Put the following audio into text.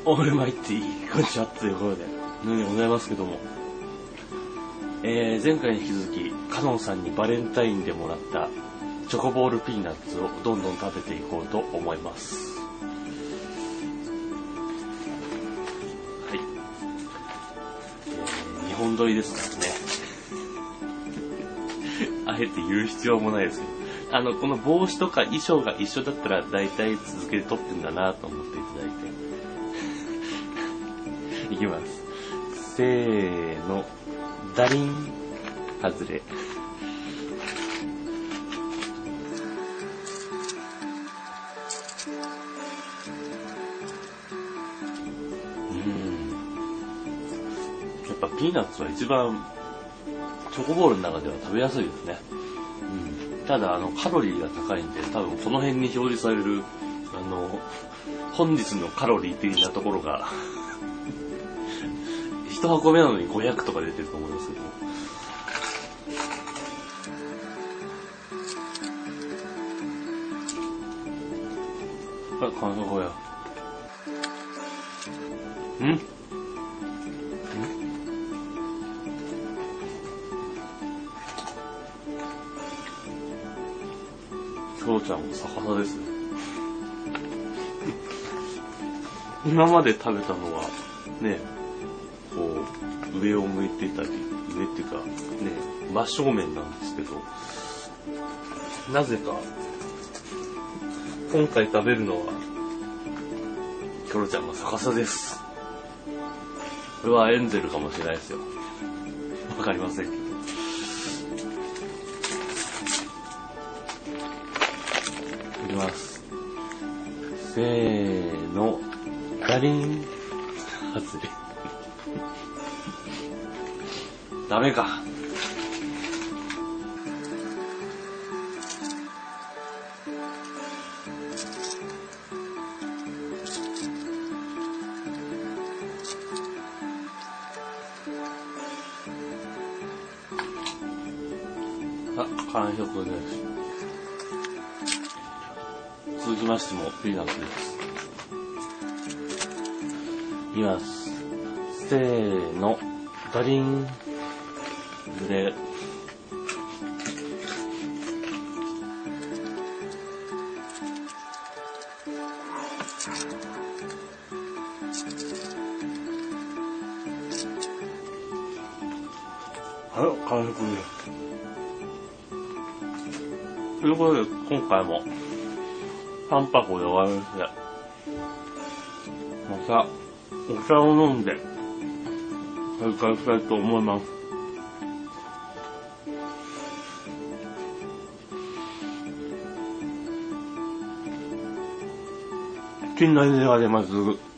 オールマイティー、こんにちはということで、ございますけども、前回に引き続き、カノンさんにバレンタインでもらったチョコボールピーナッツをどんどん食べていこうと思います。はい。2本撮りですからね。あえて言う必要もないですけど、この帽子とか衣装が一緒だったら大体続けて撮ってんだなと思っていただいて。いきます。せーの。ダリン。外れ。やっぱピーナッツは一番チョコボールの中では食べやすいですね。ただカロリーが高いんで、多分この辺に表示される本日のカロリー的なところが一箱目なのに500とか出てると思いますけど。完食や。キョロちゃんも逆さですね。今まで食べたのはね、こう上を向いていたり、上っていうかね、真正面なんですけど、なぜか今回食べるのはキョロちゃんの逆さです。これはエンゼルかもしれないですよ。わかりませんけど。いきます。せーの。ダリン。外れ。ダメか。完食です。続きましてもピーナッツです。いきます。せーの。ダリン。ずれ。完食です。ということで、今回も3箱で終わりまして、またお茶を飲んで再開したいと思います。チキンライネが出ます。